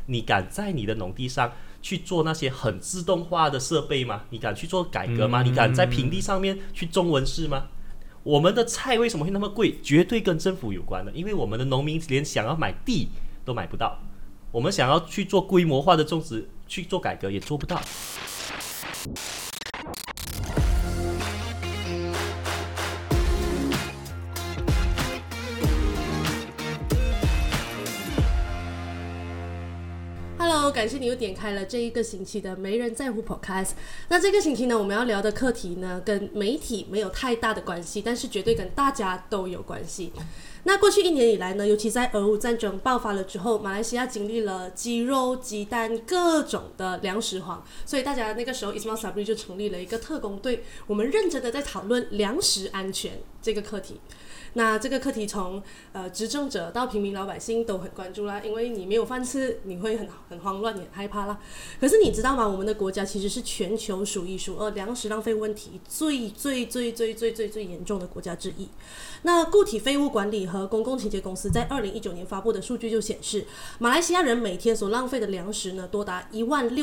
你敢在你的农地上去做那些很自动化的设备吗？你敢去做改革吗？你敢在平地上面去种温室吗？我们的菜为什么会那么贵？绝对跟政府有关的，因为我们的农民连想要买地都买不到，我们想要去做规模化的种植，去做改革也做不到。 感谢你又点开了这一个星期的没人在乎 Podcast。 那这个星期呢，我们要聊的课题呢跟媒体没有太大的关系，但是绝对跟大家都有关系。那过去1年以来呢，尤其在俄乌战争爆发了之后，马来西亚经历了鸡肉、鸡蛋各种的粮食荒，所以大家那个时候 Ismail Sabri 就成立了一个特工队，我们认真的在讨论粮食安全这个课题。那这个课题从执政者到平民老百姓都很关注啦，因为你没有饭吃，你会很慌乱，也很害怕啦。可是你知道吗？我们的国家其实是全球数一数二粮食浪费问题最严重的国家之一。那固体废物管理和公共清洁公司在2019年发布的数据就显示，马来西亚人每天所浪费的粮食呢，多达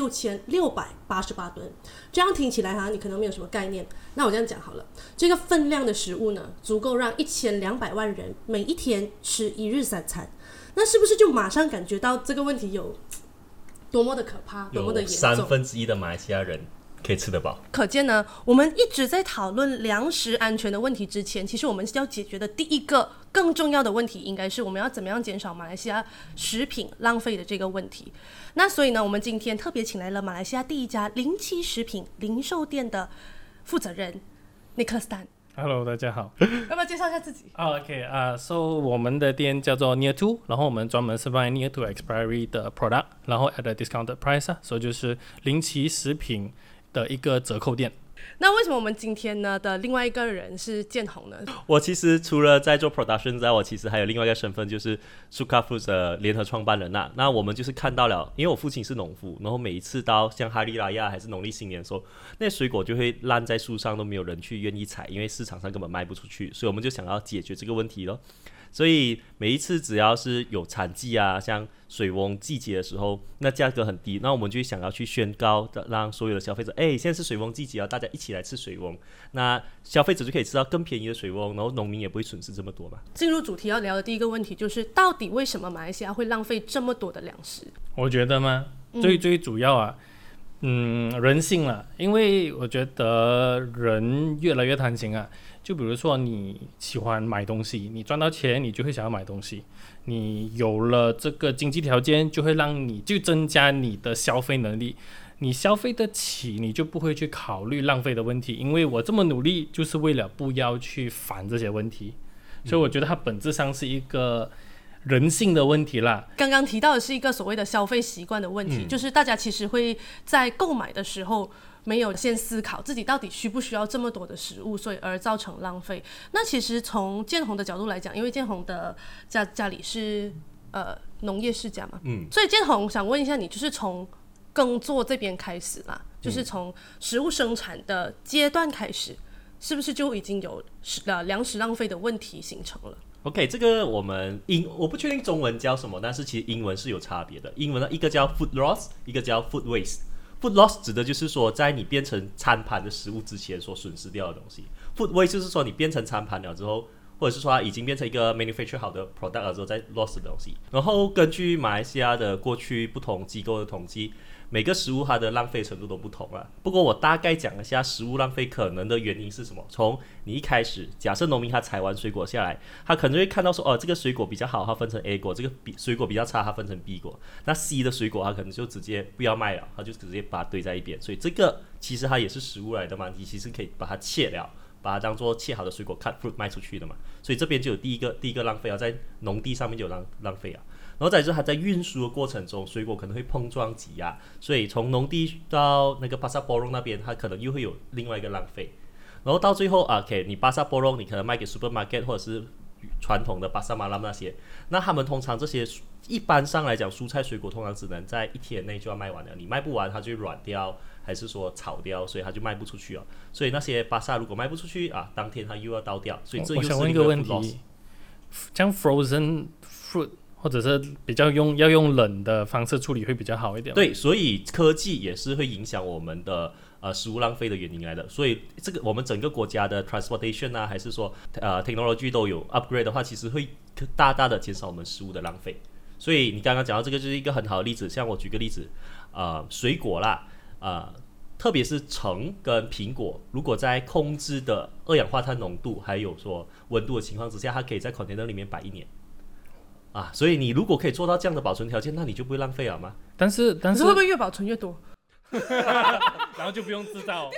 16688吨。这样听起来你可能没有什么概念。那我这样讲好了，这个分量的食物呢，足够让1200万人每一天吃1日3餐。那是不是就马上感觉到这个问题有多么的可怕，多么的严重？ 有1/3的马来西亚人可以吃得饱。 可见呢，我们一直在讨论粮食安全的问题之前，其实我们要解决的第一个更重要的问题，应该是我们要怎么样减少马来西亚食品浪费的这个问题。那所以呢，我们今天特别请来了马来西亚第一家07食品零售店的负责人 Nicholas Tan。Hello， 大家好。 要不要介绍一下自己 ？OK，so 我们的店叫做 Near To， 然后我们专门是卖 Near To Expiry 的 product， 然后 at a discounted price， 所以就是07食品的一个折扣店。 那为什么我们今天呢的另外一个人是建宏呢？ 我其实除了在做 production 之外，我其实还有另外一个身份，就是 Suka Foods 的联合创办人呐。那我们就是看到了，因为我父亲是农夫，然后每一次到像哈利拉亚还是农历新年的时候，那些水果就会烂在树上，都没有人去愿意采，因为市场上根本卖不出去，所以我们就想要解决这个问题咯。所以每一次只要是有产季啊，像水翁季节的时候，那价格很低，那我们就想要去宣告，让所有的消费者，现在是水翁季节啊，大家一起来吃水翁，那消费者就可以吃到更便宜的水翁，然后农民也不会损失这么多嘛。 进入主题要聊的第一个问题就是，到底为什么马来西亚会浪费这么多的粮食？ 我觉得嘛，最主要啊，人性啦，因为我觉得人越来越贪心啊。就比如说你喜欢买东西，你赚到钱你就会想要买东西，你有了这个经济条件就会让你就增加你的消费能力，你消费得起你就不会去考虑浪费的问题，因为我这么努力就是为了不要去烦这些问题，所以我觉得它本质上是一个人性的问题啦。 刚刚提到的是一个所谓的消费习惯的问题，就是大家其实会在购买的时候没有先思考自己到底需不需要这么多的食物，所以而造成浪费。那其实从建宏的角度来讲，因为建宏的家里是农业世家嘛，所以建宏想问一下你，就是从耕作这边开始啦，就是从食物生产的阶段开始，是不是就已经有粮食浪费的问题形成了 ？OK， 这个我不确定中文叫什么，但是其实英文是有差别的。英文呢，一个叫 food loss， 一个叫 food waste。Food loss 指的就是说，在你变成餐盘的食物之前所损失掉的东西。Food waste 就是说你变成餐盘了之后，或者是说它已经变成一个 manufacture 好的 product 了之后再 loss 的东西。然后根据马来西亚的过去不同机构的统计，每个食物它的浪费程度都不同啦。不过我大概讲一下食物浪费可能的原因是什么。从你一开始，假设农民他采完水果下来，他可能会看到说，这个水果比较好，它分成 A 果；这个水果比较差，它分成 B 果。那 C 的水果，它可能就直接不要卖了，它就直接把它堆在一边。所以这个其实它也是食物来的嘛，你其实可以把它切了，把它当做切好的水果 cut fruit 卖出去的嘛。所以这边就有第一个浪费啊，在农地上面就有浪费啊。然后再就是它在运输的过程中，水果可能会碰撞挤压，所以从农地到那个巴萨波隆那边，它可能又会有另外一个浪费。然后到最后，OK， 你巴萨波隆你可能卖给 supermarket 或者是传统的巴萨马拉那些，那他们通常这些一般上来讲，蔬菜水果通常只能在1天内就要卖完了，你卖不完它就软掉，还是说炒掉，所以它就卖不出去了。所以那些巴萨如果卖不出去当天它又要倒掉，所以这又是一个 food loss。 我想问一个问题，像 frozen fruit 或者是比较要用冷的方式处理会比较好一点。 对，所以科技也是会影响我们的食物浪费的原因来的。所以这个我们整个国家的 transportation 啊，还是说technology 都有 upgrade 的话，其实会大大的减少我们食物的浪费。所以你刚刚讲到这个就是一个很好的例子，像我举个例子，水果啦，特别是橙跟苹果，如果在控制的二氧化碳浓度还有说温度的情况之下，它可以在 container 里面摆1年。所以你如果可以做到这样的保存条件，那你就不会浪费了吗？ 但是可是会不会越保存越多？ 然后就不用制造。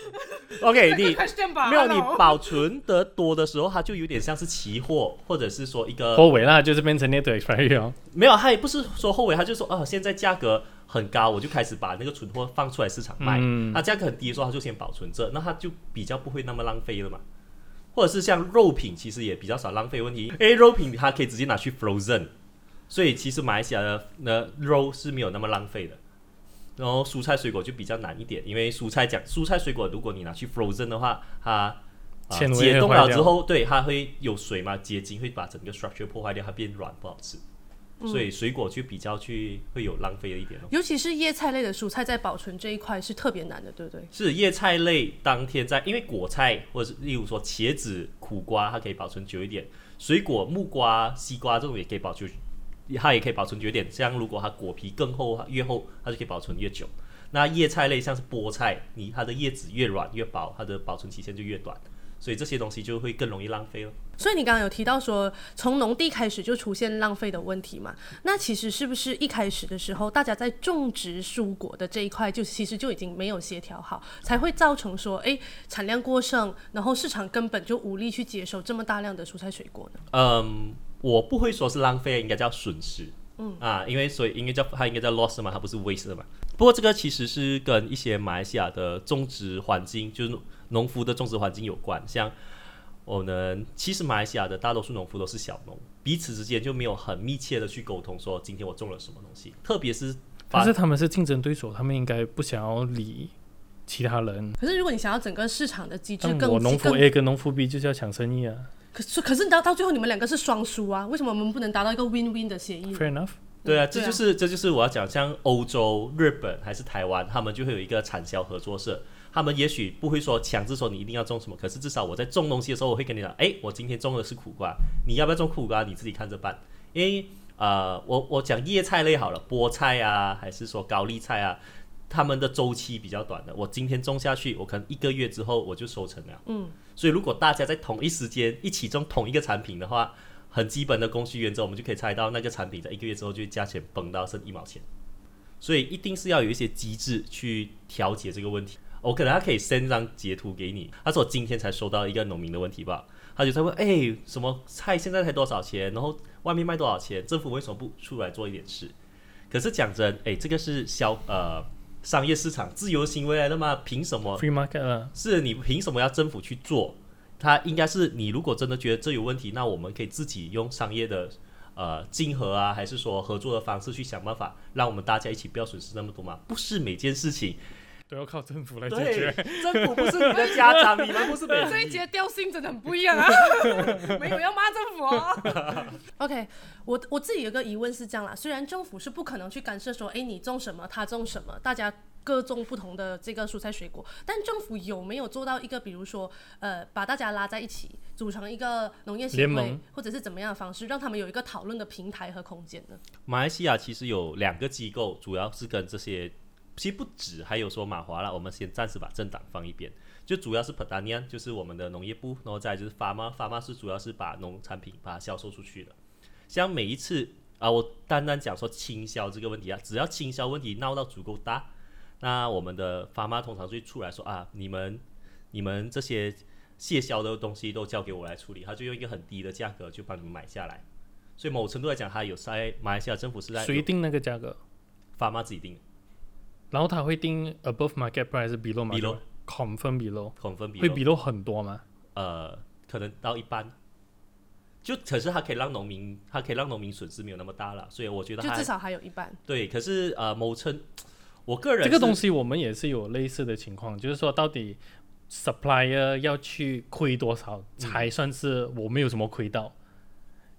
OK， 你没有你保存得多的时候，它就有点像是期货，或者是说一个后尾啦，就是变成 net expiry 哦。 没有，它也不是说后尾，它就说现在价格很高，我就开始把那个存货放出来市场卖。那价格很低的时候，它就先保存着，那它就比较不会那么浪费了嘛。或者是像肉品，其实也比较少浪费问题，因为肉品它可以直接拿去 frozen， 所以其实马来西亚的肉是没有那么浪费的。然后蔬菜水果就比较难一点，因为蔬菜水果如果你拿去 frozen 的话，它解冻了之后，对，它会有水嘛，结晶会把整个 structure 破坏掉，它变软不好吃。所以水果就比较会有浪费的一点尤其是叶菜类的蔬菜在保存这一块是特别难的，对不对？是叶菜类当天因为果菜或者是例如说茄子、苦瓜，它可以保存久一点。水果木瓜、西瓜这种也可以保存，它也可以保存久一点。像如果它果皮更厚越厚，它就可以保存越久。那叶菜类像是菠菜，它的叶子越软越薄，它的保存期限就越短。所以这些东西就会更容易浪费了。 所以你刚刚有提到说，从农地开始就出现浪费的问题嘛？那其实是不是一开始的时候，大家在种植蔬果的这一块，其实就已经没有协调好，才会造成说，产量过剩，然后市场根本就无力去接收这么大量的蔬菜水果呢？ 我不会说是浪费，应该叫损失。因为它应该叫 loss 嘛，它不是 waste 嘛。不过这个其实是跟一些马来西亚的种植环境，就是农夫的种植环境有关。像其实马来西亚的大多数农夫都是小农，彼此之间就没有很密切的去沟通，说今天我种了什么东西。特别是， 但是他们是竞争对手，他们应该不想要理其他人。 可是如果你想要整个市场的机制更，我农夫 A 跟农夫 B 就是要抢生意啊。 可是到最后你们两个是双输啊，为什么我们不能达到一个 win-win 的协议 ？Fair enough。 对啊，这就是我要讲，像欧洲、日本还是台湾，他们就会有一个产销合作社。他们也许不会说强制说你一定要种什么，可是至少我在种东西的时候，我会跟你讲，我今天种的是苦瓜，你要不要种苦瓜，你自己看着办。因为我讲叶菜类好了，菠菜啊，还是说高丽菜啊，他们的周期比较短的。我今天种下去，我可能1个月之后我就收成了。所以如果大家在同一时间一起种同一个产品的话，很基本的供需原则，我们就可以猜到那个产品在1个月之后就价钱崩到剩1毛钱。所以一定是要有一些机制去调节这个问题。我可能他可以 send 张截图给你，他说我今天才收到一个农民的问题吧，他就在问什么菜现在才多少钱，然后外面卖多少钱，政府为什么不出来做一点事？可是讲真，这个是商业市场自由行为来的嘛，凭什么 free market 啊？ 是你凭什么要政府去做？它应该是你如果真的觉得这有问题，那我们可以自己用商业的竞合啊，还是说合作的方式去想办法，让我们大家一起不要损失那么多嘛。不是每件事情都要靠政府来解决。 政府不是你的家长，你们不是这一节调性真的很不一样啊，没有要骂政府哦。OK， 我自己有个疑问是这样啦，虽然政府是不可能去干涉说，你种什么，他种什么，大家各种不同的这个蔬菜水果，但政府有没有做到一个，比如说，把大家拉在一起，组成一个农业协会，或者是怎么样的方式，让他们有一个讨论的平台和空间呢？ 马来西亚其实有2个机构，主要是跟这些，其实不止，还有说马华啦，我们先暂时把政党放一边，就主要是 Pertanian， 就是我们的农业部，然后再来就是 Pharma 是主要是把农产品把它销售出去的。像每一次我单讲说倾销这个问题啊，只要倾销问题闹到足够大，那我们的Pharma通常就会出来说你们这些卸销的东西都交给我来处理，他就用一个很低的价格就帮你们买下来。所以某程度来讲，他有在马来西亚政府是在谁定那个价格 ？Pharma 自己定的。然后他会定 above market price 还是 below market？confirm below， 会 below 很多吗？ 可能到一半。可是它可以让农民损失没有那么大了，所以我觉得就至少还有一半。 对，可是我个人这个东西我们也是有类似的情况，就是说到底 supplier 要去亏多少才算是我没有什么亏到？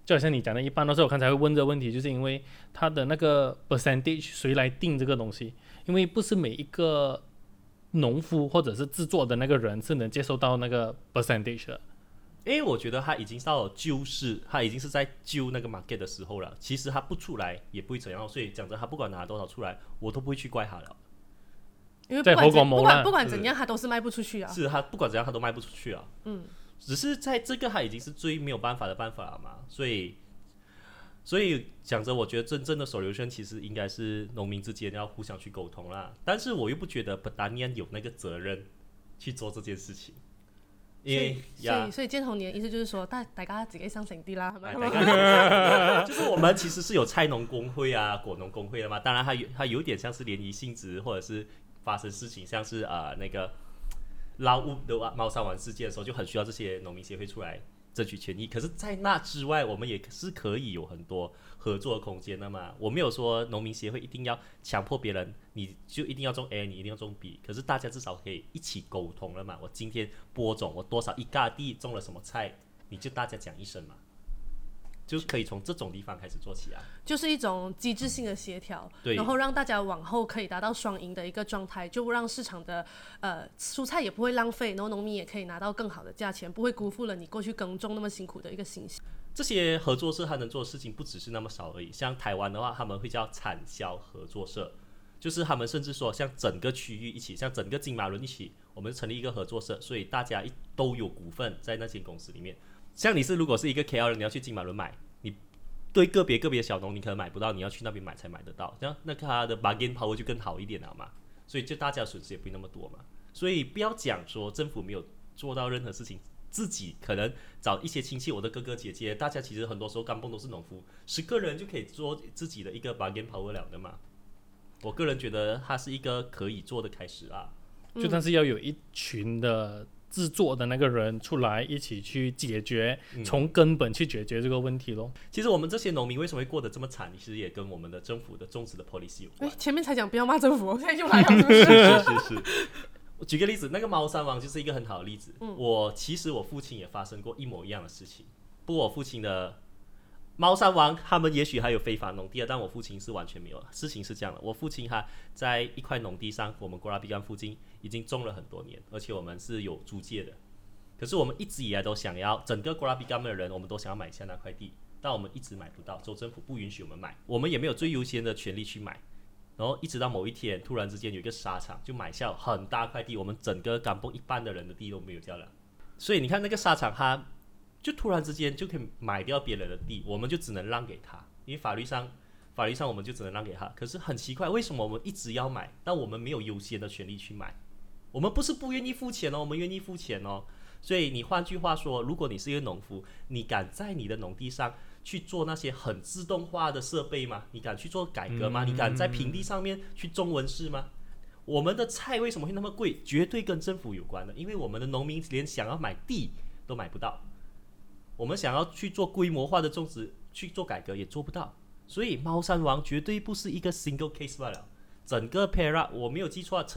就好像你讲的一般都是我刚才会问这个问题，就是因为它的那个 percentage 谁来定这个东西？因为不是每一个农夫或者是制作的那个人是能接受到那个 percentage 的。 因为我觉得他已经到了救市，他已经是在救那个 market 的时候了。其实他不出来也不会怎样，所以讲真，他不管拿多少出来，我都不会去怪他了。 因为不管怎样，他都是卖不出去啊。 是他不管怎样，他都卖不出去啊。只是在这个他已经是最没有办法的办法了嘛，所以讲着，我觉得真正的 solution 其实应该是农民之间要互相去沟通啦。但是我又不觉得本达尼安有那个责任去做这件事情。 所以建宏，你的意思就是说，大家自己上成啲啦，係咪？就是我们其实是有菜农工会啊、果农工会的嘛。当然它有点像是联谊性质，或者是发生事情，像是那个捞物的猫山王事件的时候，就很需要这些农民协会出来争取权益。可是，在那之外，我们也是可以有很多合作的空间的嘛。我没有说农民协会一定要强迫别人，你就一定要种 A， 你一定要种 B。可是大家至少可以一起沟通了嘛。我今天播种，我多少一嘎地种了什么菜，你就大家讲一声嘛。就可以从这种地方开始做起啊， 就是一种机制性的协调，然后让大家往后可以达到双赢的一个状态，就让市场的蔬菜也不会浪费，然后农民也可以拿到更好的价钱，不会辜负了你过去耕种那么辛苦的一个心血。 这些合作社他能做的事情不只是那么少而已，像台湾的话，他们会叫产销合作社，就是他们甚至说像整个区域一起，像整个金马仑一起，我们成立一个合作社，所以大家都有股份在那间公司里面。像你如果是一个 KL 人，你要去金马仑买，你对个别小农你可能买不到，你要去那边买才买得到，这样那他的 bargain power 就更好一点了嘛，所以就大家损失也不会那么多嘛。所以不要讲说政府没有做到任何事情，自己可能找一些亲戚，我的哥哥姐姐，大家其实很多时候干蹦都是农夫，10个人就可以做自己的一个 bargain power 了的嘛。我个人觉得它是一个可以做的开始啊， 就但是要有一群的制作的那个人出来一起去解决，从根本去解决这个问题咯。 其实我们这些农民为什么会过得这么惨，其实也跟我们的政府的种植的 policy 有关。 前面才讲不要骂政府，现在又来了，是不是？ 是。我举个例子，那个猫山王就是一个很好的例子。其实我父亲也发生过一模一样的事情，不过我父亲的猫山王他们也许还有非法农地，但我父亲是完全没有。事情是这样的，我父亲他在一块农地上，我们果拉比干附近已经种了很多年，而且我们是有租借的。可是我们一直以来都想要，整个果拉比干的人，我们都想要买下那块地，但我们一直买不到，州政府不允许我们买，我们也没有最优先的权利去买。然后一直到某一天，突然之间有一个沙场就买下很大块地，我们整个甘蹦一半的人的地都没有掉了。所以你看那个沙场，他就突然之间就可以买掉别人的地，我们就只能让给他，因为法律上我们就只能让给他。可是很奇怪，为什么我们一直要买，但我们没有优先的权利去买？我们不是不愿意付钱哦，我们愿意付钱哦。所以你换句话说，如果你是一个农夫，你敢在你的农地上去做那些很自动化的设备吗？你敢去做改革吗？你敢在平地上面去种温室吗？我们的菜为什么会那么贵？绝对跟政府有关的，因为我们的农民连想要买地都买不到，我们想要去做规模化的种植，去做改革也做不到。所以猫山王绝对不是一个 single case 罢了。整个 Perak 我没有记错，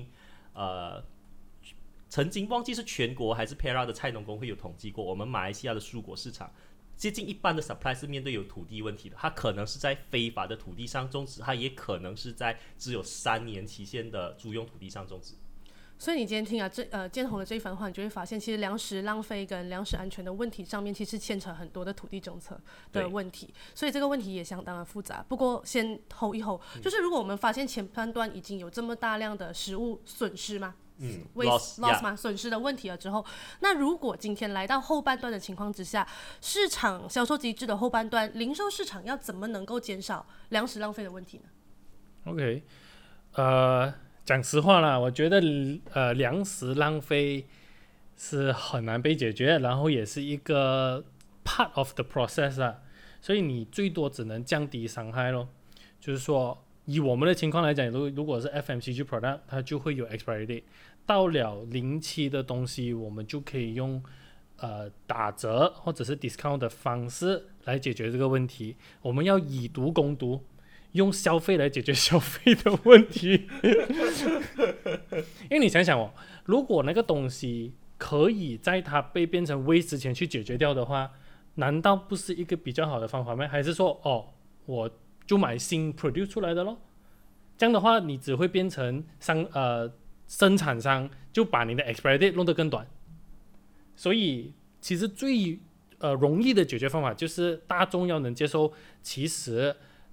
曾经忘记是全国还是 Perak 的菜农工会有统计过，我们马来西亚的蔬果市场接近一半的 supply 是面对有土地问题的，它可能是在非法的土地上种植，它也可能是在只有3年期限的租用土地上种植。 所以你今天听建宏的这一番话，你就会发现，其实粮食浪费跟粮食安全的问题上面，其实牵扯很多的土地政策的问题，所以这个问题也相当的复杂。不过先 hold 一 hold，就是如果我们发现前半段已经有这么大量的食物损失吗？loss 嘛，损失的问题了之后，那如果今天来到后半段的情况之下，市场销售机制的后半段，零售市场要怎么能够减少粮食浪费的问题呢 ？OK， 讲实话啦，我觉得粮食浪费是很难被解决，然后也是一个 part of the process 啦，所以你最多只能降低伤害咯。就是说，以我们的情况来讲，如果是 FMCG product， 它就会有 expiry date， 到了临期的东西，我们就可以用打折或者是 discount 的方式来解决这个问题。我们要以毒攻毒，用消费来解决消费的问题。因为你想想哦，如果那个东西可以在它被变成 waste 之前去解决掉的话， 难道不是一个比较好的方法吗？还是说我就买新 produce 出来的咯？这样的话你只会变成生产商就把你的 expiry date 弄得更短。所以其实最容易的解决方法就是大众要能接受，其实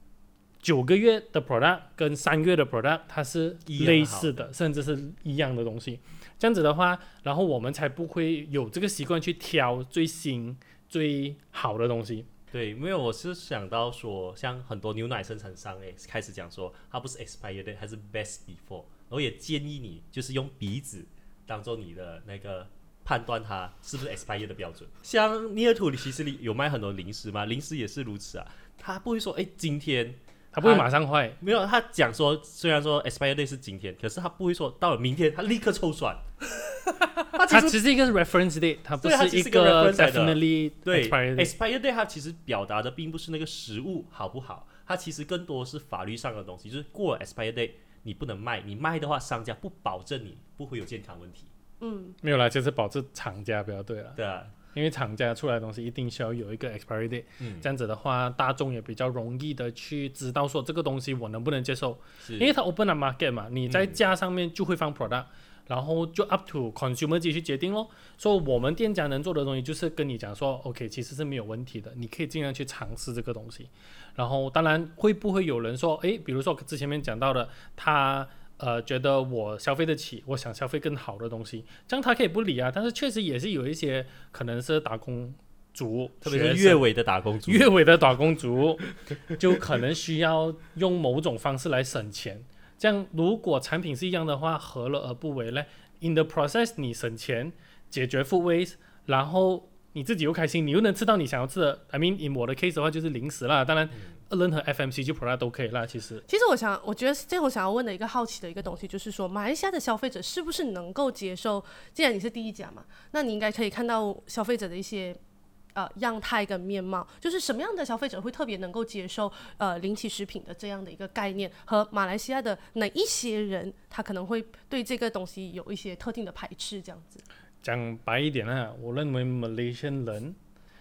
9个月的 product 跟3月的 product 它是类似的，甚至是一样的东西。这样子的话，然后我们才不会有这个习惯去挑最新最好的东西。 对，因为我是想到说，像很多牛奶生产商开始讲说，它不是 expired date， 它是 best before， 然后也建议你就是用鼻子当做你的那个判断它是不是 expired 的标准。像尼尔图里其实有卖很多零食嘛，零食也是如此啊，他不会说今天它不会马上坏， 没有，他讲说虽然说 expired date 是今天，可是他不会说到了明天他立刻抽酸。 它其实一个 reference date， 它不是一个 definitely 对 expired expired date， 它其实表达的并不是那个食物好不好，它其实更多是法律上的东西，就是过了 expired date 你不能卖，你卖的话商家不保证你不会有健康问题。 没有啦，就是保证厂家比较对了。 对啊， 因为厂家出来的东西一定需要有一个 expiry date，这样子的话，大众也比较容易的去知道说这个东西我能不能接受，因为它 open up market 嘛，你在架上面就会放 product，然后就 up to consumer 自己去决定咯。所以我们店家能做的东西就是跟你讲说 OK 其实是没有问题的，你可以尽量去尝试这个东西。然后当然会不会有人说比如说之前面讲到的，他觉得我消费得起，我想消费更好的东西，这样他可以不理啊。但是确实也是有一些可能是打工族， 特别是越尾的打工族， 越尾的打工族就可能需要用某种方式来省钱。这样如果产品是一样的话，何乐而不为呢？ In the process 你省钱，解决 food waste， 然后你自己又开心，你又能吃到你想要吃的。I mean in 我的 case 的话就是零食啦，当然任何 FMCG product 都可以啦。其实我觉得这我想要问的一个好奇的一个东西就是说，马来西亚的消费者是不是能够接受，既然你是第一家嘛，那你应该可以看到消费者的一些样态跟面貌，就是什么样的消费者会特别能够接受零起食品的这样的一个概念，和马来西亚的哪一些人他可能会对这个东西有一些特定的排斥这样子。 讲白一点啊，我认为 Malaysian 人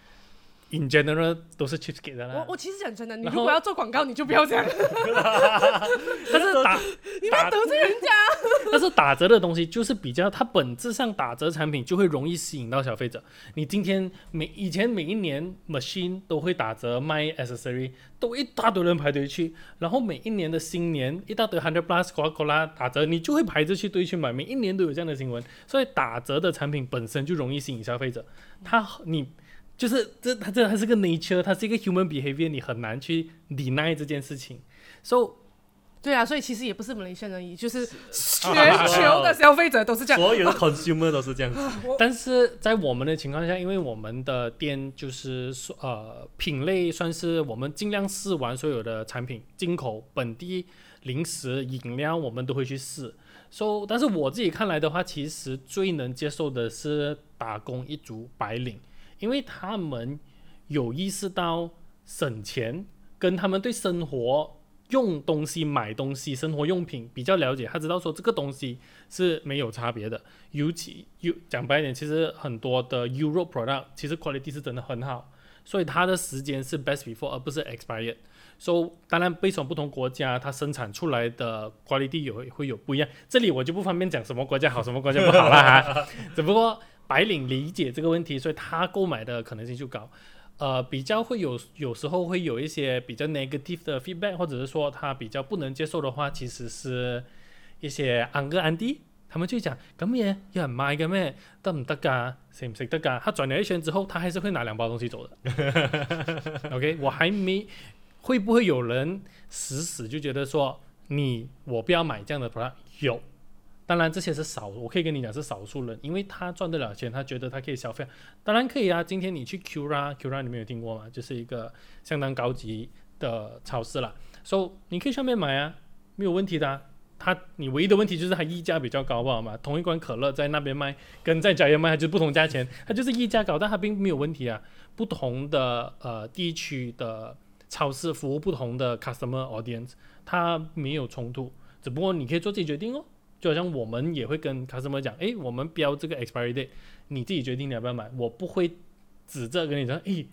in general 都是 cheapskate 的啦。 我其实讲真的，你如果要做广告，你就不要这样。 但是你不要得罪人家。 但是打折的东西就是比较，它本质上打折产品就会容易吸引到消费者。你今天以前每一年 machine 都会打折卖 accessory， 都一大堆人排队去，然后每一年的新年一大堆 100 plus Coca-Cola 打折，你就会排着去队去买，每一年都有这样的新闻。所以打折的产品本身就容易吸引消费者。就是它是个 nature， 它是一个 human behavior， 你很难去 deny 这件事情。 对啊，所以其实也不是马来西亚而已，就是全球的消费者都是这样， 所有的 consumer 都是这样子。 但是在我们的情况下，因为我们的店就是品类算是我们尽量试完所有的产品，进口、本地、零食、饮料我们都会去试。但是我自己看来的话，其实最能接受的是打工一族白领，因为他们有意识到省钱，跟他们对生活用东西、买东西、生活用品比较了解，他知道说这个东西是没有差别的。尤其讲白一点，其实很多的 Europe product 其实 quality 是真的很好，所以它的时间是 best before 而不是 expired。当然based on不同国家它生产出来的 quality 会有不一样，这里我就不方便讲什么国家好什么国家不好啦哈。只不过白领理解这个问题，所以他购买的可能性就高。比较会有时候会有一些比较 negative 的 feedback， 或者是说他比较不能接受的话，其實是一些 uncle auntie， 他們就會講咁嘢有人賣嘅咩？得唔得㗎？食唔食得㗎？他轉了一圈之後，他還是會拿2包東西走的。OK， 我還沒會不會有人死就覺得說我不要買這樣的 product？ 有。當然這些是我可以跟你講是少數人，因為他賺得了錢，他覺得他可以消費，當然可以啊。今天你去 Cura 你們有聽過嗎？就是一個相當高級的超市啦，你可以上面買啊，沒有問題的啊。你唯一的問題就是它溢價比較高，不好嗎？同一罐可樂在那邊賣跟在家園賣它就是不同價錢，它就是溢價高，但它並沒有問題啊。不同的地區的超市服務不同的 customer audience， 它沒有衝突，只不過你可以做自己決定哦。就好像我們也會跟 customer 講，我們標這個 expiry date， 你自己決定你要不要買，我不會指着跟你講，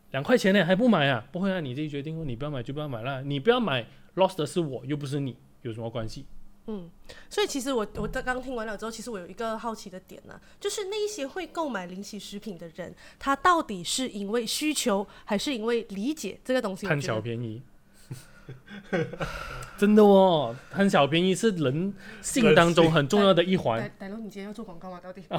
2块钱呢还不买啊？不会啊，你自己决定哦，你不要买就不要买啦，你不要买 lost 的是我又不是你，有什么关系？ 所以其实我刚听完了之后，其实我有一个好奇的点呢、就是那一些会购买零期食品的人，他到底是因为需求，还是因为理解这个东西？ 贪小便宜，真的哦，贪小便宜是人性当中很重要的一环。 歹龙，你今天要做广告吗？到底？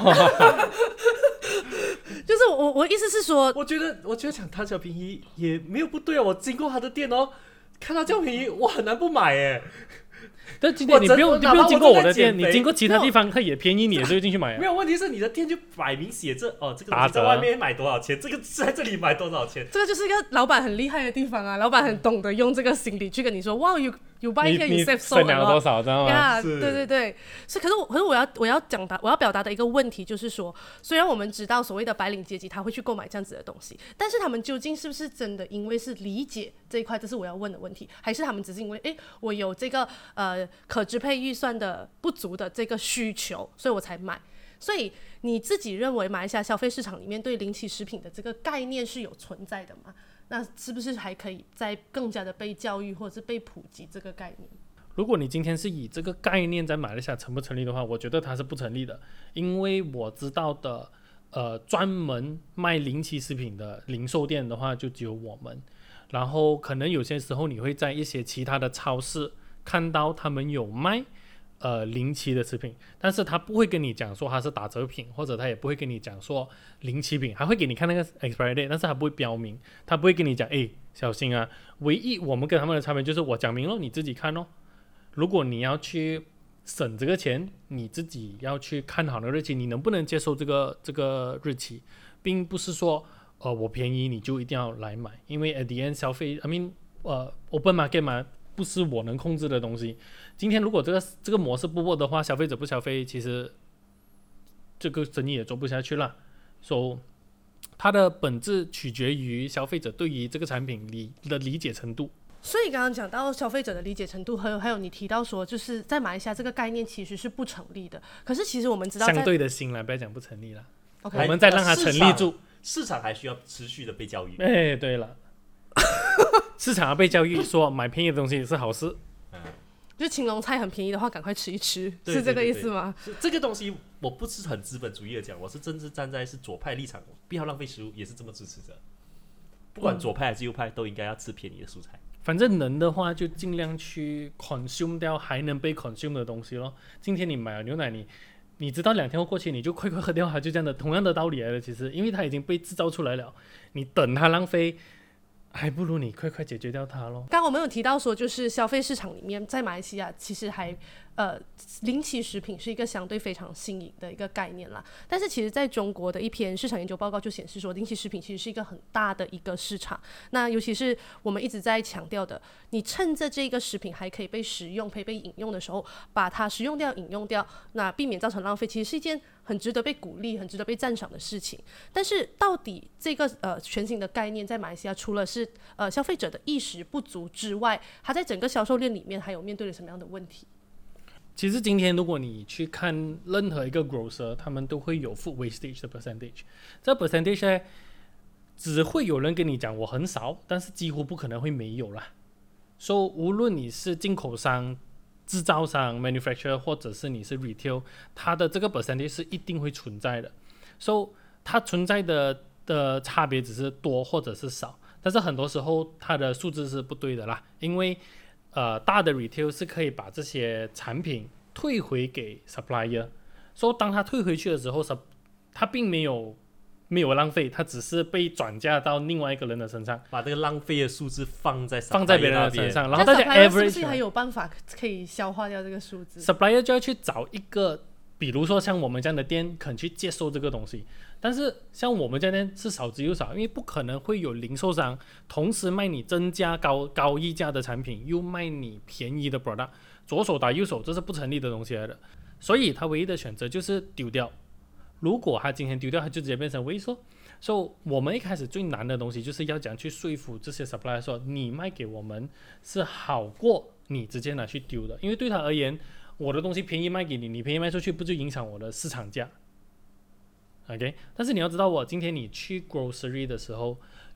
就是我意思是说， 我觉得讲贪小便宜也没有不对啊。我经过他的店哦，看到这样便宜，我很难不买哎。 但今天你不用经过我的店，你经过其他地方， 方，它也便宜，你也是会进去买啊。 没有问题是你的店就摆明写着哦，这个东打折西在外面买多少钱，这个在这里买多少钱。 这个就是一个老板很厉害的地方啊，老板很懂得用这个心理去跟你说，哇，you buy here you save so a 省了多少，知道吗？ 呀，对对对，可是我要表达的一个问题就是说，虽然我们知道所谓的白领阶级他会去购买这样子的东西，但是他们究竟是不是真的因为是理解这一块，这是我要问的问题，还是他们只是因为我有这个可支配预算的不足的这个需求，所以我才买。所以你自己认为马来西亚消费市场里面对零期食品的这个概念是有存在的吗？那是不是还可以再更加的被教育或者是被普及这个概念？ 如果你今天是以这个概念在马来西亚成不成立的话，我觉得它是不成立的，因为我知道的专门卖零期食品的零售店的话就只有我们，然后可能有些时候你会在一些其他的超市看到他们有卖零期的食品，但是他不会跟你讲说它是打折品，或者他也不会跟你讲说零期品，还会给你看那个 expiry date， 但是他不会标明，他不会跟你讲小心啊。唯一我们跟他们的差别就是我讲明了，你自己看哦。如果你要去省这个钱，你自己要去看好那个日期，你能不能接受这个日期，并不是说我便宜你就一定要来买，因为 at the end 消费 I mean open market 嘛，不是我能控制的东西。今天如果这个模式不 work 的话，消费者不消费，其实这个生意也做不下去了。所以它的本质取决于消费者对于这个产品的理解程度。 所以刚刚讲到消费者的理解程度，还有你提到说，就是在马来西亚这个概念其实是不成立的。可是其实我们知道， 相对的新来，不要讲不成立了。 Okay， 我们再让它成立住， 市场还需要持续的被教育。 对了，市场要被教育说买便宜的东西是好事。 就是青龙菜很便宜的话，赶快吃一吃， 对是这个意思吗？ 这个东西我不是很资本主义的讲，我是真正站在是左派立场，不要浪费食物，也是这么支持着。不管左派还是右派，都应该要吃便宜的蔬菜。 反正能的话，就尽量去 consume 掉还能被 consume 的东西咯。今天你买了牛奶，你知道2天后过去，你就快喝掉它，就这样的同样的道理来了。其实，因为它已经被制造出来了，你等它浪费，还不如你快解决掉它咯。 刚刚我们有提到说，就是消费市场里面，在马来西亚其实还零期食品是一个相对非常新颖的一个概念啦。但是其实在中国的一篇市场研究报告就显示说，零期食品其实是一个很大的一个市场。那尤其是我们一直在强调的，你趁着这个食品还可以被食用、可以被饮用的时候，把它食用掉、饮用掉，那避免造成浪费，其实是一件很值得被鼓励、很值得被赞赏的事情。但是到底这个全新的概念在马来西亚，除了是消费者的意识不足之外，它在整个销售链里面还有面对了什么样的问题？ 其实今天如果你去看任何一个 grocer， 他们都会有 food wastage 的 percentage。这 percentage 呢，只会有人跟你讲我很少，但是几乎不可能会没有啦。所以无论你是进口商、制造商 manufacturer， 或者是你是 retail， 它的这个 percentage 是一定会存在的。所以它存在的差别只是多或者是少，但是很多时候它的数字是不对的啦，因为大的 retail 是可以把这些产品退回给 supplier， 所以当他退回去的时候，他并没有浪费，他只是被转嫁到另外一个人的身上， 把这个浪费的数字放在别人的身上，然后大家 average 是不是还有办法可以消化掉这个数字 ？supplier 就要去找一个，比如说像我们这样的店肯去接受这个东西。但是像我们这样的店是少之又少，因为不可能会有零售商同时卖你增加高溢价的产品，又卖你便宜的 product， 左手打右手，这是不成立的东西来的。所以他唯一的选择就是丢掉。如果他今天丢掉，他就直接变成萎缩。所以我们一开始最难的东西就是要讲去说服这些 supplier 说，你卖给我们是好过你直接拿去丢的，因为对他而言，我的东西便宜卖给你，你便宜卖出去，不就影响我的市场价？OK， 但是你要知道今天你去 grocery 的时候，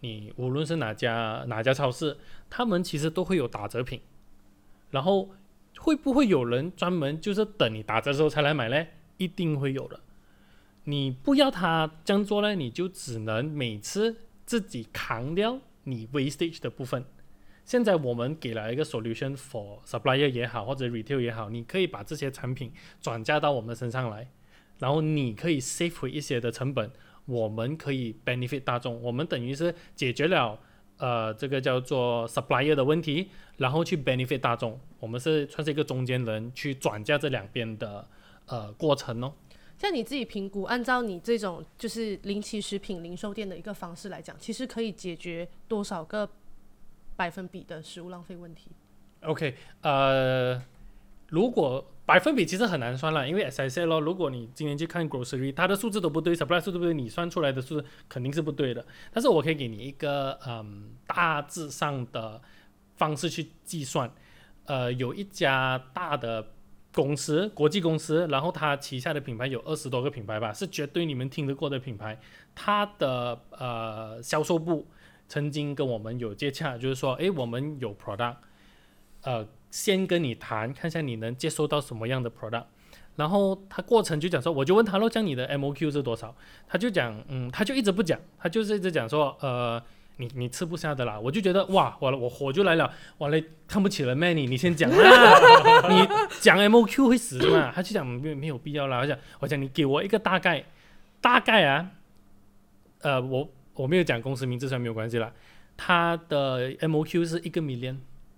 你无论是哪家超市，他们其实都会有打折品。然后会不会有人专门就是等你打折的时候才来买呢？一定会有的。你不要他这样做呢，你就只能每次自己扛掉你 wastage 的部分。现在我们给了一个 solution for supplier 也好，或者 retail 也好，你可以把这些产品转嫁到我们身上来，然后你可以 save 回一些的成本，我们可以 benefit 大众，我们等于是解决了这个叫做 supplier 的问题，然后去 benefit 大众，我们是算是一个中间人去转嫁这两边的过程哦。 像你自己评估，按照你这种就是零期食品零售店的一个方式来讲，其实可以解决多少个百分比的食物浪费问题 ？OK， 如果百分比其实很难算了，因为 as I said 咯，如果你今天去看 grocery， 它的数字都不对 ，supply 数字不对，你算出来的数字肯定是不对的。但是我可以给你一个大致上的方式去计算。有一家大的公司，国际公司，然后它旗下的品牌有20多个品牌吧，是绝对你们听得过的品牌。它的销售部曾经跟我们有接洽，就是说，我们有 product，先跟你谈，看一下你能接受到什么样的 product， 然后他过程就讲说，我就问他咯，这样你的 MOQ 是多少？他就讲，他就一直不讲，他就是一直讲说，你吃不下的啦。我就觉得哇，我火就来了，哇嘞，看不起人咩你先讲啦，你讲 MOQ 会死的嘛？他就讲没有必要啦。我讲你给我一个大概啊，我没有讲公司名字，虽然没有关系啦。他的 MOQ 是1个 million，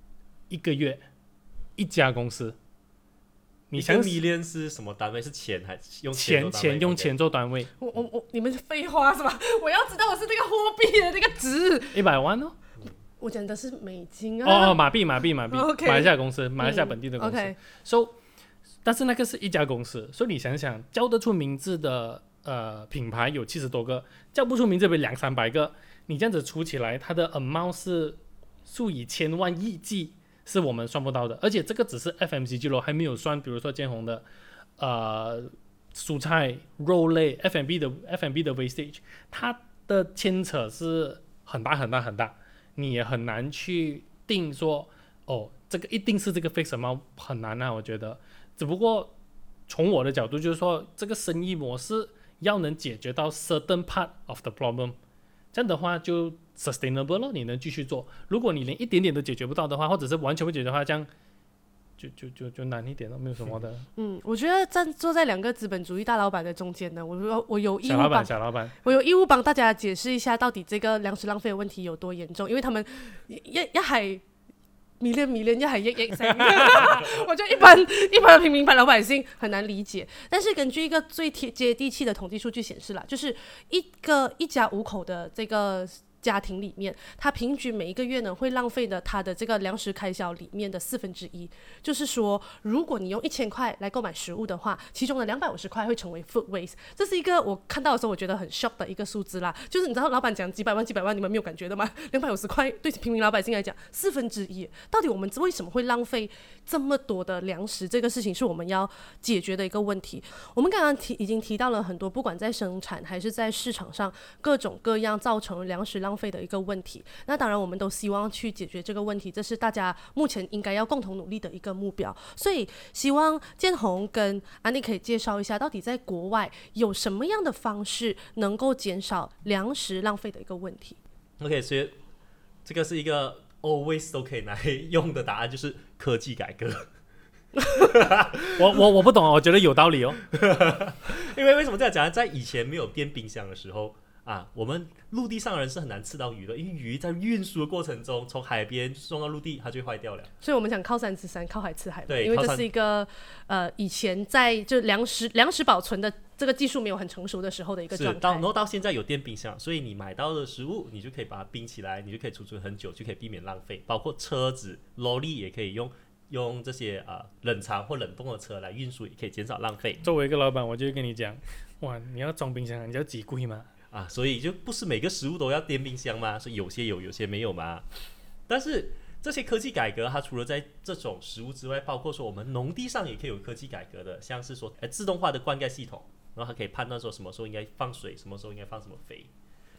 1个月。一家公司， 你想million是什么单位？是钱还是用钱用钱做单位？ 你们是废话是吧？我要知道我是那个货币的那个值。 100万哦。 我讲的是美金啊。 马币， okay， 马来西亚公司，马来西亚本地的公司。So， 但是那个是一家公司，所以你想想，叫得出名字的品牌有70多个，叫不出名字有200-300个，你这样子除起来，它的 amount 是数以千万亿计。是我们算不到的，而且这个只是 FMCG 咯，还没有算，比如说建宏的蔬菜、肉类、F&B 的 wastage， 它的牵扯是很大，你也很难去定说，这个一定是这个 fix amount， 很难啊，我觉得。只不过从我的角度就是说，这个生意模式要能解决到 certain part of the problem， 这样的话就sustainable 咯，你能继续做。如果你连一点点都解决不到的话，或者是完全不解决的话，这样就难一点了，没有什么的。 我觉得坐在2个资本主义大老板的中间呢，我有义务小老板， 我有义务帮大家解释一下，到底这个粮食浪费的问题有多严重，因为他们一係million一係億聲，我覺得一般的平民版老百姓很難理解。但是根據一個最接地氣的統計數據顯示啦，就是一家5口的這個家庭里面，他平均每一個月呢會浪費的他的這個糧食開銷裡面的1/4，就是說如果你用1000塊來購買食物的話，其中的250塊會成為 food waste。這是一個我看到的時候我覺得很 shock 的一個數字啦，就是你知道老闆講幾百萬你們沒有感覺的嗎？250塊對平民老百姓來講1/4，到底我們為什麼會浪費這麼多的糧食？這個事情是我們要解決的一個問題。我們剛剛已經提到了很多，不管在生產還是在市場上各種各樣造成糧食浪費的一個問題，那當然我們都希望去解決這個問題，這是大家目前應該要共同努力的一個目標。所以希望建宏跟安妮可以介紹一下，到底在國外有什麼樣的方式能夠減少糧食浪費的一個問題。 OK， 所以這個是一個 always 都可以拿來用的答案，就是科技改革。 我不懂，我覺得有道理哦。 因為為什麼這樣講？在以前沒有電冰箱的時候我們陸地上的人是很難吃到魚的，因為魚在運輸的過程中，從海邊送到陸地，它就會壞掉了。所以我們想靠山吃山，靠海吃海。對，因為這是一個以前在就糧食保存的這個技術沒有很成熟的時候的一個狀態。 然後到現在有電冰箱，所以你買到的食物，你就可以把它冰起來，你就可以儲存很久，就可以避免浪費。包括車子、lorry 也可以用這些冷藏或冷凍的車來運輸，也可以減少浪費。 作為一個老闆，我就會跟你講，哇，你要裝冰箱，你要幾貴嗎？ 所以就不是每個食物都要電冰箱嘛，所以有些有，有些沒有嘛。但是這些科技改革，它除了在這種食物之外，包括說我們農地上也可以有科技改革的，像是說自動化的灌溉系統，然後它可以判斷說什麼時候應該放水，什麼時候應該放什麼肥。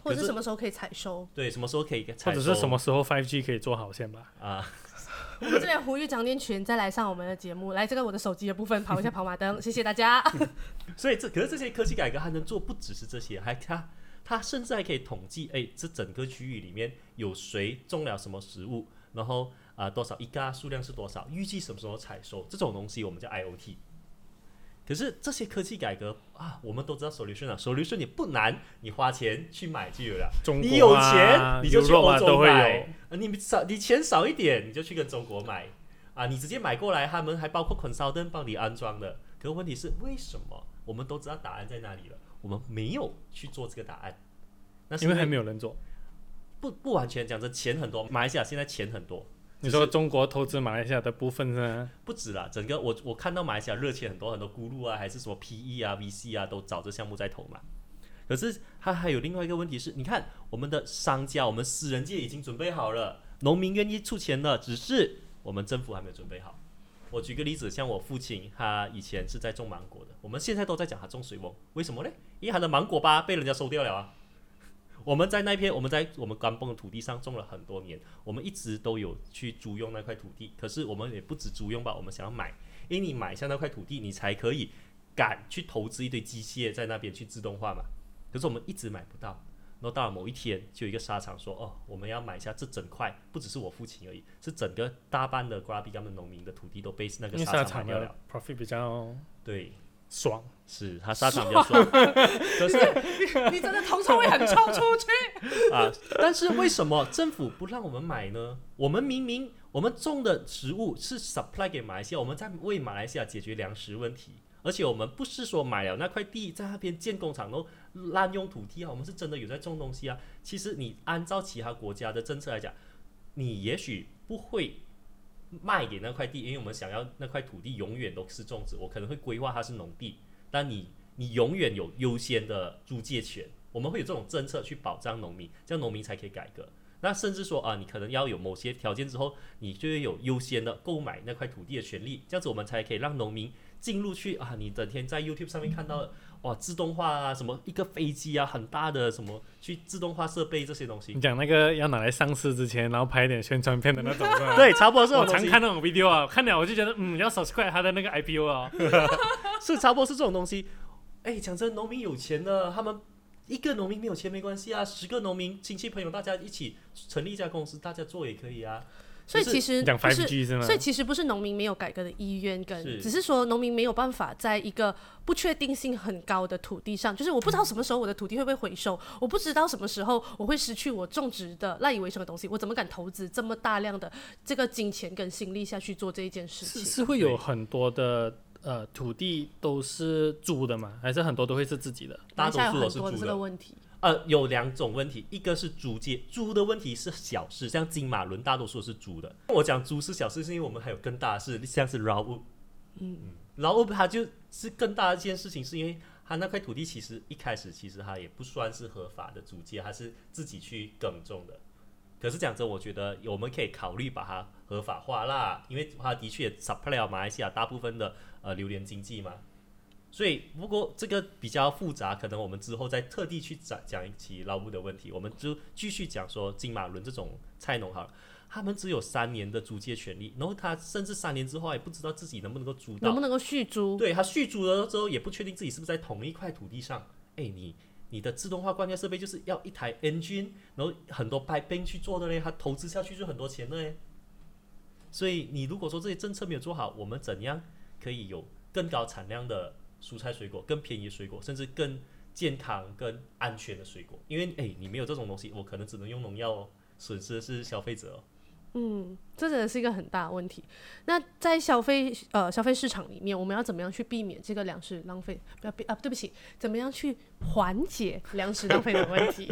或者是什么时候可以采收？ 对，什么时候可以采收？ 或者是什么时候 5G 可以做好先吧？ 我们这边呼吁张念群再来上我们的节目，来这个我的手机的部分跑一下跑马灯，谢谢大家。 所以可是这些科技改革还能做不只是这些，它甚至还可以统计，这整个区域里面有谁种了什么食物，然后多少一嘎数量是多少，预计什么时候采收，这种东西我们叫 IoT。可是这些科技改革我们都知道 solution 也不难，你花钱去买就有了。 中国你有钱你就去欧洲都会买， 有你钱少一点你就去跟中国买你直接买过来，他们还包括 consultant 帮你安装的。可是问题是为什么我们都知道答案在哪里了，我们没有去做这个答案？那是因为还没有人做。 不完全讲，这钱很多，马来西亚现在钱很多。 你说中国投资马来西亚的部分呢？ 不止啦，整个我看到马来西亚热钱很多，很多咕噜还是什么 PE VC 都找这项目在投嘛。可是它还有另外一个问题是，你看我们的商家，我们私人界已经准备好了，农民愿意出钱了，只是我们政府还没有准备好。我举个例子，像我父亲，他以前是在种芒果的，我们现在都在讲他种水翁，为什么呢？因为他的芒果吧被人家收掉了我们在那片我们在我们甘榜的土地上种了很多年，我们一直都有去租用那块土地，可是我们也不止租用吧，我们想要买，因为你买下那块土地，你才可以敢去投资一堆机械在那边去自动化嘛。可是我们一直买不到，然后到了某一天，就有一个沙场说，我们要买下这整块，不只是我父亲而已，是整个大半的 Krabi 的农民的土地都被那个沙场买掉了。 profit 比较对爽， 是他沙场比较爽，可是你真的铜臭味很冲出去但是为什么政府不让我们买呢？我们明明我们种的食物是 supply 给马来西亚，我们在为马来西亚解决粮食问题，而且我们不是说买了那块地在那边建工厂，然后滥用土地我们是真的有在种东西其实你按照其他国家的政策来讲，你也许不会卖给那块地，因为我们想要那块土地永远都是种植，我可能会规划它是农地，但你永远有优先的租借权，我们会有这种政策去保障农民，这样农民才可以改革。那甚至说你可能要有某些条件之后，你就会有优先的购买那块土地的权利，这样子我们才可以让农民进入去你整天在 YouTube 上面看到自动化什么一个飞机很大的什么去自动化设备这些东西。 你讲那个要拿来上市之前，然后拍一点宣传片的那种是吧？ 对，差不多是这种我东西。 常看那种 video 看了我就觉得要 subscribe 他的那个 IPO 是差不多是这种东西。讲真，农民有钱的，他们一个农民没有钱没关系10个农民亲戚朋友大家一起成立一家公司，大家做也可以所以其实讲 5G 是吗？ 所以其实不是农民没有改革的意愿，只是说农民没有办法在一个不确定性很高的土地上，就是我不知道什么时候我的土地会被回收，我不知道什么时候我会失去我种植的赖以为生的东西，我怎么敢投资这么大量的这个金钱跟心力下去做这一件事情？ 是会有很多的土地都是租的吗？还是很多都会是自己的？ 大多数都是租的。 有很多的这个问题。 有两种问题，一个是租借，租的问题是小事，像金马伦大多数是租的。我讲租是小事，是因为我们还有更大的事，像是劳务。劳务它就是更大的一件事情，是因为它那块土地其实一开始其实它也不算是合法的租借，它是自己去耕种的。可是讲真，我觉得我们可以考虑把它合法化啦，因为它的确也 supply 了马来西亚大部分的榴莲经济嘛。所以不过这个比较复杂，可能我们之后再特地去讲一期劳务的问题，我们就继续讲说金马伦这种菜农好了，他们只有3年的租借权利，然后他甚至3年之后也不知道自己能不能够租到， 能不能够续租。 对，他续租了之后也不确定自己是不是在同一块土地上。你的自动化灌溉设备就是要一台 engine， 然后很多 piping 去做的嘞，他投资下去就很多钱的嘞。所以你如果说这些政策没有做好，我们怎样可以有更高产量的蔬菜水果，更便宜的水果，甚至更健康更安全的水果？因为你没有这种东西，我可能只能用农药损失的是消费者这真的是一个很大的问题。那在消费市场里面，我们要怎么样去避免这个粮食浪费？对不起，怎么样去缓解粮食浪费的问题？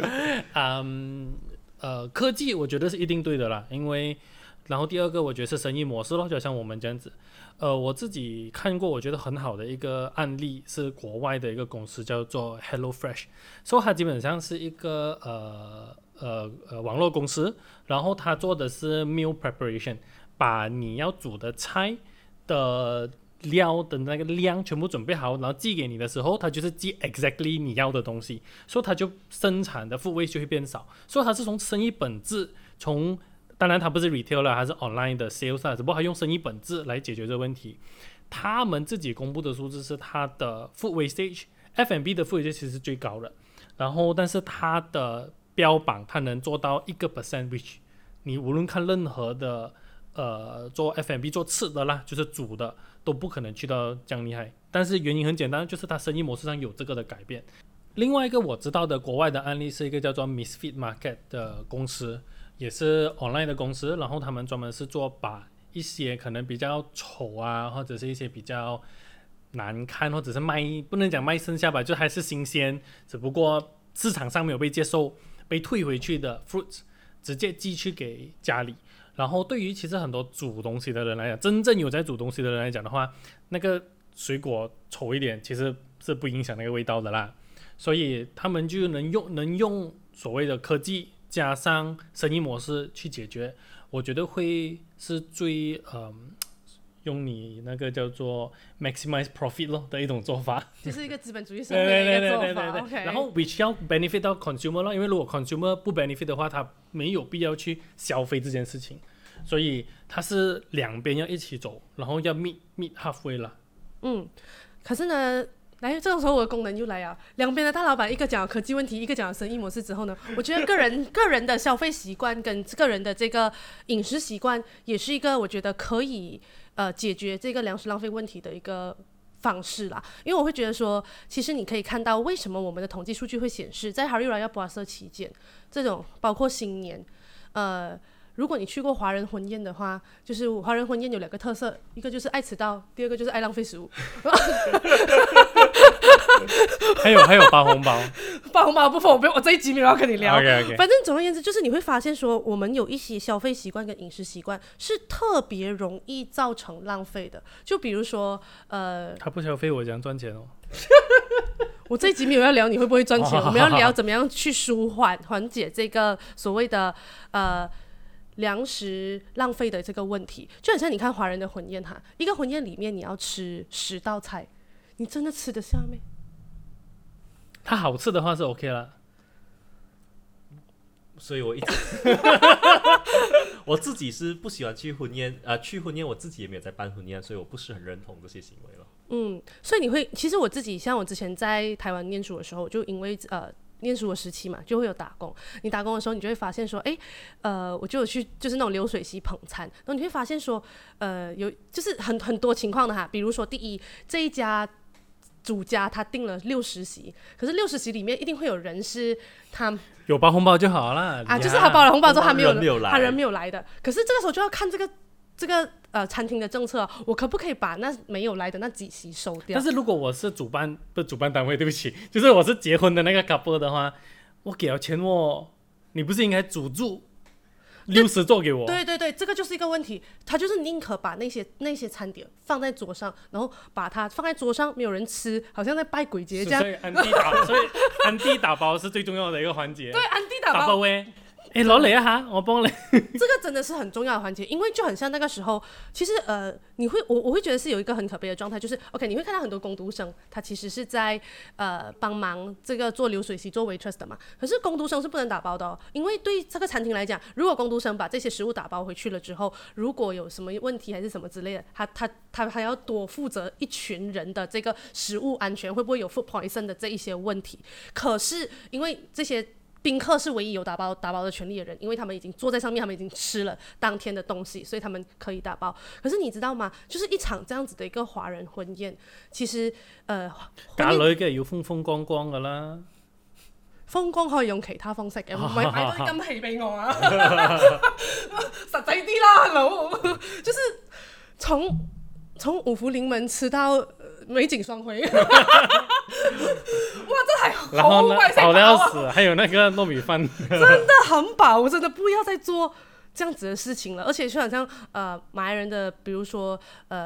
科技我觉得是一定对的啦，因为然后第二个我觉得是生意模式咯，就像我们这样子。我自己看过我觉得很好的一个案例是国外的一个公司叫做 HelloFresh， 所以它基本上是一个网络公司，然后它做的是 meal preparation， 把你要煮的菜的料的那个量全部准备好，然后寄给你的时候，它就是寄 exactly 你要的东西，所以它就生产的 food waste 就会变少。所以它是从生意本质，当然它不是 retail 了，它是 online 的 sales 啊，只不过它用生意本质来解决这个问题。他们自己公布的数字是它的 food wastage，F&B 的 food wastage 其实是最高的，然后但是它的标榜它能做到1%， which 你无论看任何的做 F&B 做吃的啦，就是煮的都不可能去到这样厉害。但是原因很简单，就是它生意模式上有这个的改变。另外一个我知道的国外的案例是一个叫做 Misfit Market 的公司，也是 online 的公司，然后他们专门是做把一些可能比较丑啊，或者是一些比较难看，或者是不能讲卖剩下吧，就还是新鲜，只不过市场上没有被接受，被退回去的 fruits 直接寄去给家里。然后对于其实很多煮东西的人来讲，真正有在煮东西的人来讲的话，那个水果丑一点其实是不影响那个味道的啦。所以他们就能用所谓的科技加上生意模式去解决，我觉得会是最用你那个叫做 maximize profit 咯的一种做法， 就是一个资本主义社会的一个做法。 对，然后 which 要 benefit 到 consumer 咯，因为如果 consumer 不 benefit 的话，他没有必要去消费这件事情，所以它是两边要一起走，然后要 meet halfway 啦。 可是呢，来这个时候我的功能又来了，两边的大老板一个讲科技问题，一个讲生意模式之后呢，我觉得个人的消费习惯跟个人的这个饮食习惯，也是一个我觉得可以解决这个粮食浪费问题的一个方式啦。因为我会觉得说，其实你可以看到为什么我们的统计数据会显示，在 Hari Raya Puasa 期间，这种包括新年，如果你去过华人婚宴的话，就是华人婚宴有2个特色，一个就是爱迟到，第二个就是爱浪费食物。 还有发红包， 发红包不分，我这一集没有要跟你聊。 Okay. 反正总而言之，就是你会发现说，我们有一些消费习惯跟饮食习惯是特别容易造成浪费的。就比如说， 他不消费，我怎样赚钱哦？ 我这一集没有要聊你会不会赚钱，我们要聊怎么样去缓解这个所谓的粮食浪费的这个问题。就很像你看华人的婚宴哈，一个婚宴里面你要吃10道菜，你真的吃得下没？ 它好吃的话是 OK 啦， 所以我一直我自己是不喜欢去婚宴去婚宴我自己也没有在办婚宴，所以我不是很认同这些行为了。 所以其实我自己像我之前在台湾念书的时候，就因为念书的时期嘛，就会有打工。你打工的时候，你就会发现说，我就有去就是那种流水席捧餐，然后你会发现说，有就是很多情况的哈，比如说第一，这一家主家他订了60席，可是60席里面一定会有人是他有包红包就好了啊，就是他包了红包之后他人没有来的，可是这个时候就要看这个餐厅的政策，我可不可以把那没有来的那几席收掉？ 但是如果我是主办单位，对不起，就是我是结婚的那个 couple 的话，我给了钱你不是应该煮住60桌给我？ 对，这个就是一个问题，他就是宁可把那些餐点放在桌上，然后把它放在桌上，没有人吃，好像在拜鬼节这样。 所以安迪打包是最重要的一个环节。 对，安迪打包攞嚟一下，我幫你。 这个真的是很重要的环节，因为就很像那个时候，其实我会觉得是有一个很可悲的状态，就是 OK， 你会看到很多工读生，他其实是在帮忙这个做流水席做 waitress 的嘛，可是工读生是不能打包的哦，因为对这个餐厅来讲，如果工读生把这些食物打包回去了之后，如果有什么问题还是什么之类的，他还要多负责一群人的这个食物安全，会不会有 food poison 的这一些问题。可是因为这些宾客是唯一有打包的权利的人，因为他们已经坐在上面，他们已经吃了当天的东西，所以他们可以打包。可是你知道吗？就是一场这样子的一个华人婚宴，其實嫁女嘅要風光光噶啦， 風光可以用其他方式嘅，唔係買多啲金器俾我啊！實際啲啦，佬，就是從五福臨門吃到美景雙回。哇，真係好貴食飽啊！ 飽得要死，還有那個糯米飯， 真的很飽，我真的不要再做這樣子的事情了。而且就好像馬來人的，比如說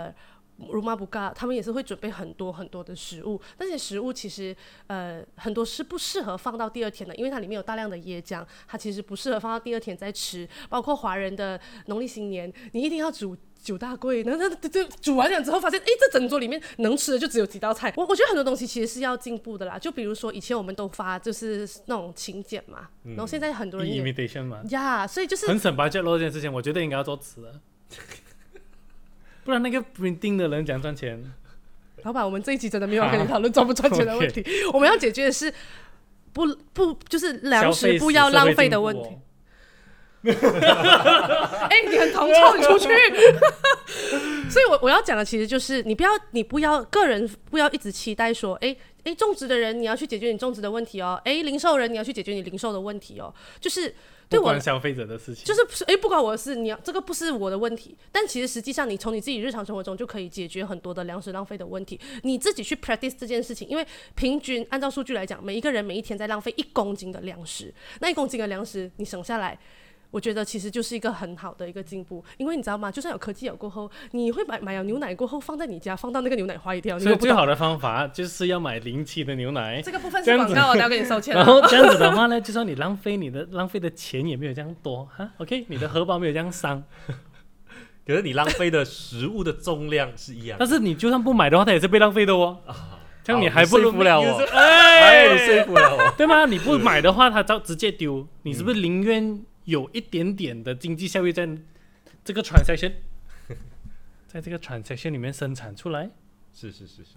rumah buka，他們也是會準備很多很多的食物，那些食物其實很多是不適合放到第二天的，因為它裡面有大量的椰漿，它其實不適合放到第二天再吃。包括華人的農曆新年，你一定要煮 9大柜，那煮完了之后发现，这整桌里面能吃的就只有几道菜。我觉得很多东西其实是要进步的啦，就比如说以前我们都发就是那种请柬嘛，然后现在很多人也 imitation 嘛， 所以就是很省 budget 咯。这件事情我觉得应该要做词的，不然那个 printing 的人怎样赚钱？ 老板，我们这一集真的没有跟你讨论赚不赚钱的问题，我们要解决的是不就是粮食不要浪费的问题。你很铜臭，你出去。所以我要讲的其实就是你不要个人不要一直期待说，种植的人你要去解决你种植的问题哦，零售人你要去解决你零售的问题哦，就是对我不关消费者的事情， 就是不关我的事，这个不是我的问题，但其实实际上你从你自己日常生活中就可以解决很多的粮食浪费的问题，你自己去 practice 这件事情，因为平均按照数据来讲，每一个人每一天在浪费1公斤的粮食，那1公斤的粮食你省下来。我觉得其实就是一个很好的一个进步，因为你知道吗？就算有科技有过后，你会买了牛奶过后放在你家，放到那个牛奶坏掉。 所以最好的方法就是要买零期的牛奶。 这个部分是广告，我要给你收钱。 然后这样子的话呢，就算你浪费的钱也没有这样多哈 ，OK， 你的荷包没有这样伤。 可是你浪费的食物的重量是一样的， 但是你就算不买的话，它也是被浪费的哦。这样你还不说服了我， 你说服了我， 对吗？你不买的话，它直接丢，你是不是宁愿有一点点的经济效益在这个 transaction， 在这个 transaction 里面生产出来？ 是。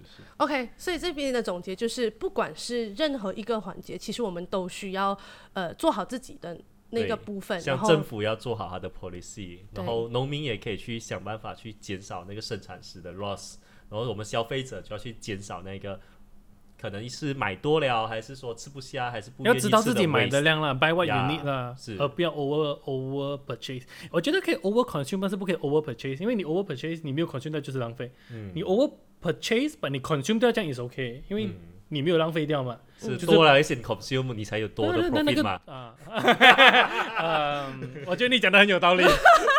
OK， 所以这边的总结就是，不管是任何一个环节，其实我们都需要做好自己的那个部分。 像政府要做好它的 policy， 然后农民也可以去想办法去减少那个生产时的 loss， 然后我们消费者就要去减少那个。可能是买多了，还是说吃不下，还是不愿意吃的 waste， 要知道自己买的量啦 ，buy what you need 啦，而不要 over purchase。我觉得可以 over consume， 但是不可以 over purchase， 因为你 over purchase， 你没有 consume 掉就是浪费。你 over purchase， 把你 consume 掉这样也是 OK， 因为你没有浪费掉嘛。 是多了一些 consume， 你才有多的 profit 嘛。 我觉得你讲的很有道理。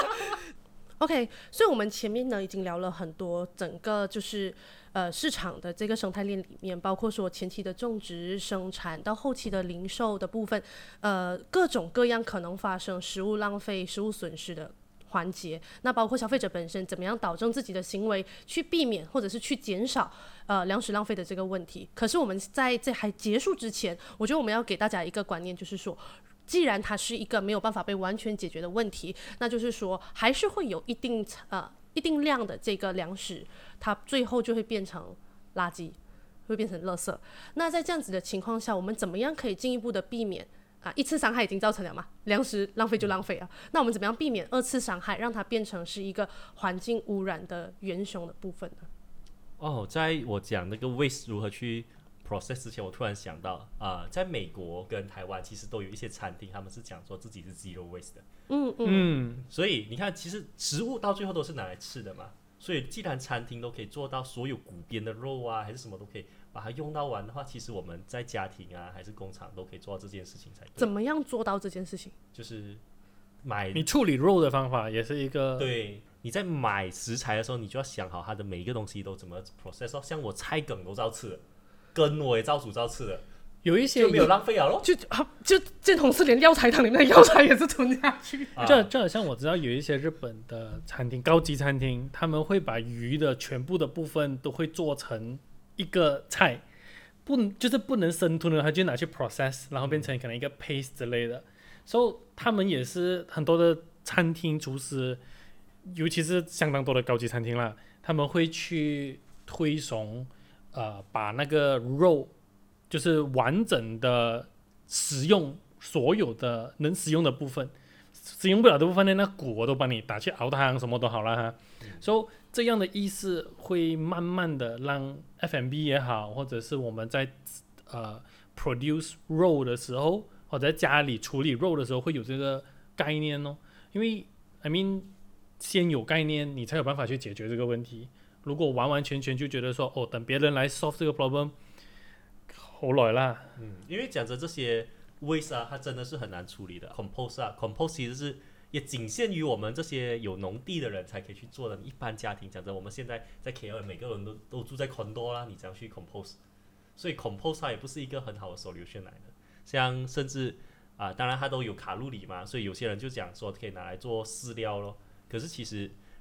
OK， 所以我们前面呢已经聊了很多整个就是市场的这个生态链里面，包括说前期的种植、生产到后期的零售的部分，各种各样可能发生食物浪费、食物损失的环节。那包括消费者本身怎么样导正自己的行为，去避免或者是去减少粮食浪费的这个问题。可是我们在这还结束之前，我觉得我们要给大家一个观念，就是说。既然它是一个没有办法被完全解决的问题，那就是说还是会有一定量的这个粮食，它最后就会变成垃圾，会变成垃圾。那在这样子的情况下，我们怎么样可以进一步的避免一次伤害已经造成了嘛？粮食浪费就浪费啊，那我们怎么样避免2次伤害，让它变成是一个环境污染的元凶的部分呢？ 在我讲那个 waste 如何去process 之前，我突然想到在美国跟台湾其实都有一些餐厅，他们是讲说自己是 zero waste 的。所以你看，其实食物到最后都是拿来吃的嘛。所以既然餐厅都可以做到所有骨边的肉啊，还是什么都可以把它用到完的话，其实我们在家庭啊还是工厂都可以做到这件事情才对。 怎么样做到这件事情？ 就是你处理肉的方法也是一个。 对，你在买食材的时候，你就要想好它的每一个东西都怎么 process。像我菜梗都照吃的。根我也照煮照吃的， 有一些就没有浪费了咯。 就见同事连药材汤里面的药材也是吞下去。 就好像我知道有一些日本的餐厅，高级餐厅，他们会把鱼的全部的部分都会做成一个菜，就是不能生吞的，他就拿去 process， 然后变成可能一个 paste 之类的。所以他们也是很多的餐厅厨师，尤其是相当多的高级餐厅啦，他们会去推崇。把那个肉就是完整的使用所有的能使用的部分，使用不了的部分呢，那骨我都帮你打去熬汤，什么都好了哈。所以这样的意思会慢慢的让 F&B 也好，或者是我们在produce 肉的时候，或者在家里处理肉的时候会有这个概念哦。因为 先有概念，你才有办法去解决这个问题。如果完完全全就觉得说等别人来 solve 这个 problem， 好耐啦。 因为讲着这些 waste 它真的是很难处理的。compost 其实是也仅限于我们这些有农地的人才可以去做的。一般家庭讲着，我们现在在 KL 每个人都住在 condo 啦，你怎样去 compost？ 所以 compost 它也不是一个很好的 solution 来的。像甚至当然它都有卡路里嘛，所以有些人就讲说可以拿来做饲料咯。可是其实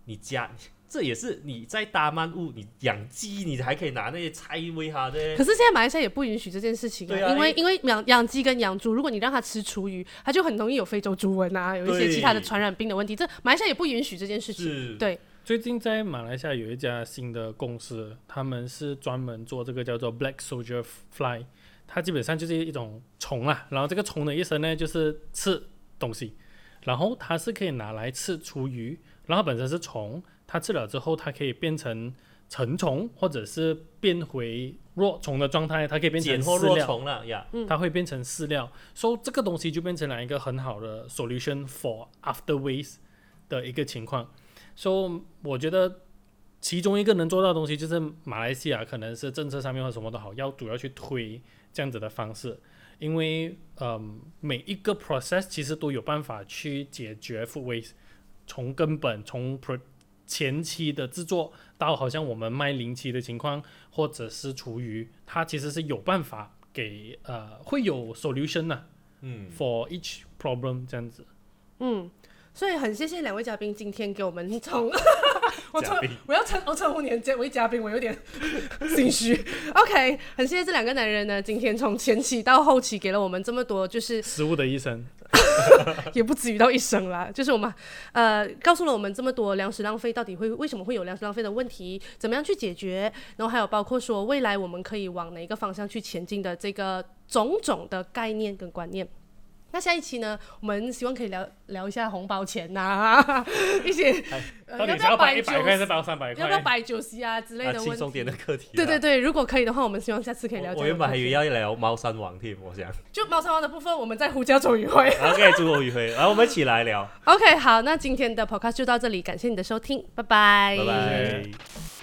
这也是你在大曼屋你养鸡，你还可以拿那些菜喂它的。 可是现在马来西亚也不允许这件事情对啊， 因为养鸡跟养猪，如果你让它吃厨余，它就很容易有非洲猪瘟啊，有一些其他的传染病的问题。这马来西亚也不允许这件事情。对， 最近在马来西亚有一家新的公司，他们是专门做这个叫做 Black Soldier Fly， 它基本上就是一种虫啦，然后这个虫的一生呢就是吃东西，然后它是可以拿来吃厨余，然后本身是虫。它吃了之后，它可以变成成虫，或者是变回弱虫的状态，它可以变成饲料。 虫了呀， 它会变成饲料，所以这个东西就变成了一个很好的 solution for after waste 的一个情况。所以我觉得其中一个能做到的东西，就是马来西亚可能是政策上面或什么都好，主要去推这样子的方式，因为每一个 process 其实都有办法去解决 food waste， 从根本从前期的制作到好像我们卖零期的情况，或者是厨余，它其实是有办法给会有 solution 的，for each problem 这样子。 所以很谢谢两位嘉宾今天给我们从我要称呼你为嘉宾，我有点心虚。OK， 很谢谢这两个男人呢，今天从前期到后期给了我们这么多，就是食物的一生， 也不至于到一生啦，就是我们告诉了我们这么多粮食浪费到底为什么会有粮食浪费的问题，怎么样去解决，然后还有包括说未来我们可以往哪一个方向去前进的这个种种的概念跟观念。那下一期呢，我们希望可以聊一下红包钱啊，一些到底是要摆100块还是包300块， 要不要摆酒席啊之类的问题， 轻松点的课题。 对，如果可以的话，我们希望下次可以聊。 我原本还以为要聊猫山王添，我想就猫山王的部分，我们在呼叫周宇辉。 OK， 祝周宇辉，然后我们一起来聊。 OK， 好，那今天的 podcast 就到这里，感谢你的收听，拜拜。 拜拜。